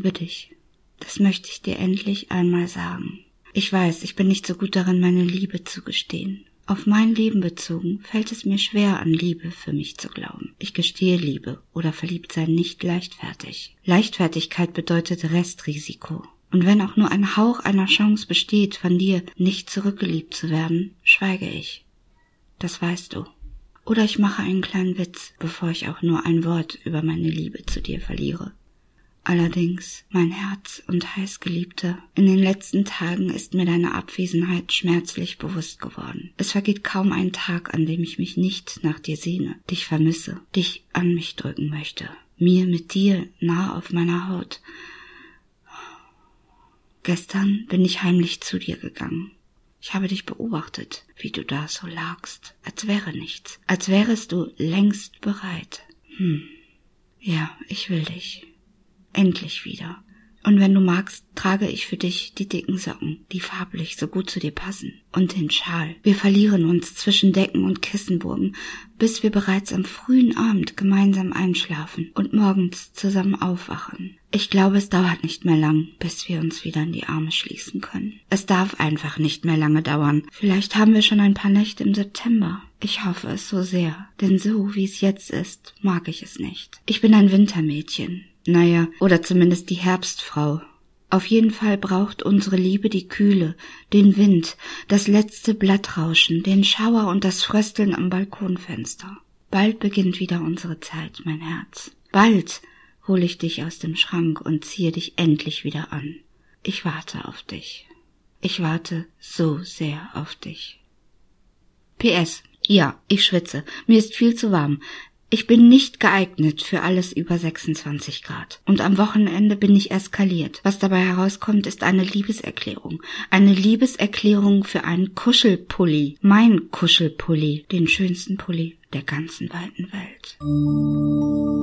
liebe dich. Das möchte ich dir endlich einmal sagen. Ich weiß, ich bin nicht so gut darin, meine Liebe zu gestehen. Auf mein Leben bezogen fällt es mir schwer, an Liebe für mich zu glauben. Ich gestehe Liebe oder Verliebtsein nicht leichtfertig. Leichtfertigkeit bedeutet Restrisiko. Und wenn auch nur ein Hauch einer Chance besteht, von dir nicht zurückgeliebt zu werden, schweige ich. Das weißt du. Oder ich mache einen kleinen Witz, bevor ich auch nur ein Wort über meine Liebe zu dir verliere. Allerdings, mein Herz und Heißgeliebter, in den letzten Tagen ist mir deine Abwesenheit schmerzlich bewusst geworden. Es vergeht kaum ein Tag, an dem ich mich nicht nach dir sehne, dich vermisse, dich an mich drücken möchte, mir mit dir nah auf meiner Haut. Gestern bin ich heimlich zu dir gegangen. Ich habe dich beobachtet, wie du da so lagst, als wäre nichts, als wärest du längst bereit. Ja, ich will dich. Endlich wieder. Und wenn du magst, trage ich für dich die dicken Socken, die farblich so gut zu dir passen, und den Schal. Wir verlieren uns zwischen Decken und Kissenburgen, bis wir bereits am frühen Abend gemeinsam einschlafen und morgens zusammen aufwachen. Ich glaube, es dauert nicht mehr lang, bis wir uns wieder in die Arme schließen können. Es darf einfach nicht mehr lange dauern. Vielleicht haben wir schon ein paar Nächte im September. Ich hoffe es so sehr, denn so, wie es jetzt ist, mag ich es nicht. Ich bin ein Wintermädchen. Naja, oder zumindest die Herbstfrau. Auf jeden Fall braucht unsere Liebe die Kühle, den Wind, das letzte Blattrauschen, den Schauer und das Frösteln am Balkonfenster. Bald beginnt wieder unsere Zeit, mein Herz. Bald hole ich dich aus dem Schrank und ziehe dich endlich wieder an. Ich warte auf dich. Ich warte so sehr auf dich. PS. Ja, ich schwitze. Mir ist viel zu warm. Ich bin nicht geeignet für alles über 26 Grad. Und am Wochenende bin ich eskaliert. Was dabei herauskommt, ist eine Liebeserklärung. Eine Liebeserklärung für einen Kuschelpulli. Mein Kuschelpulli. Den schönsten Pulli der ganzen weiten Welt.